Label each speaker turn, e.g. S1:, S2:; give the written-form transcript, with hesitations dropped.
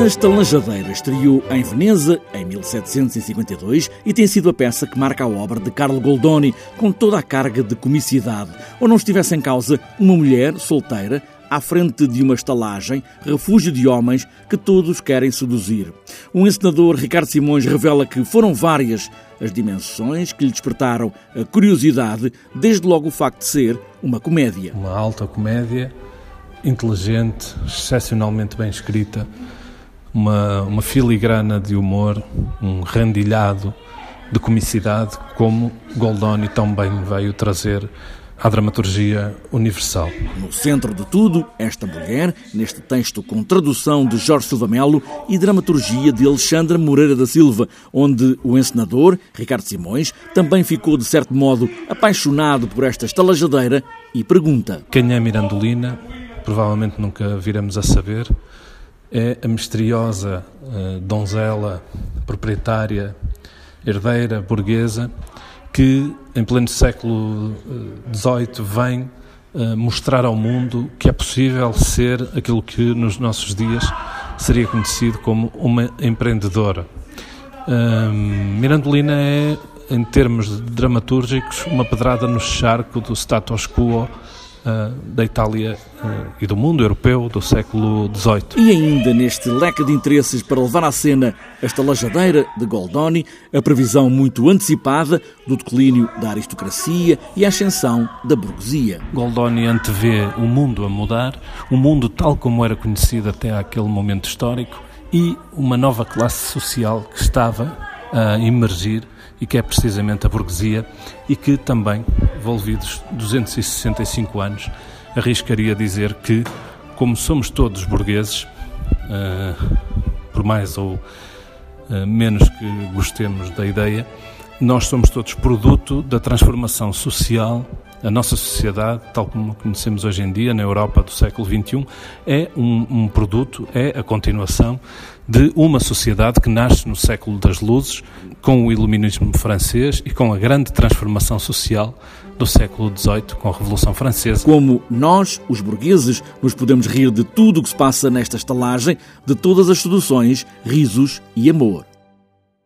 S1: A Estalajadeira estreou em Veneza em 1752 e tem sido a peça que marca a obra de Carlo Goldoni, com toda a carga de comicidade. Ou não estivesse em causa uma mulher solteira à frente de uma estalagem, refúgio de homens que todos querem seduzir. O encenador Ricardo Simões revela que foram várias as dimensões que lhe despertaram a curiosidade, desde logo o facto de ser uma comédia.
S2: Uma alta comédia, inteligente, excepcionalmente bem escrita, uma filigrana de humor, um rendilhado de comicidade, como Goldoni tão bem veio trazer à dramaturgia universal.
S1: No centro de tudo, esta mulher, neste texto com tradução de Jorge Silva Melo e dramaturgia de Alexandra Moreira da Silva, onde o encenador, Ricardo Simões, também ficou, de certo modo, apaixonado por esta estalajadeira e pergunta:
S2: quem é Mirandolina? Provavelmente nunca viremos a saber. É a misteriosa donzela, proprietária, herdeira, burguesa, que em pleno século XVIII vem mostrar ao mundo que é possível ser aquilo que nos nossos dias seria conhecido como uma empreendedora. Mirandolina é, em termos dramatúrgicos, uma pedrada no charco do status quo da Itália e do mundo europeu do século XVIII.
S1: E ainda neste leque de interesses para levar à cena a estalajadeira de Goldoni, a previsão muito antecipada do declínio da aristocracia e a ascensão da burguesia.
S2: Goldoni antevê o mundo a mudar, o mundo tal como era conhecido até àquele momento histórico, e uma nova classe social que estava a emergir e que é precisamente a burguesia, e que também, envolvidos 265 anos, arriscaria dizer que, como somos todos burgueses, por mais ou menos que gostemos da ideia, nós somos todos produto da transformação social. A nossa sociedade, tal como a conhecemos hoje em dia, na Europa do século XXI, é um produto, é a continuação de uma sociedade que nasce no século das luzes, com o iluminismo francês e com a grande transformação social do século XVIII, com a Revolução Francesa.
S1: Como nós, os burgueses, nos podemos rir de tudo o que se passa nesta estalagem, de todas as seduções, risos e amor.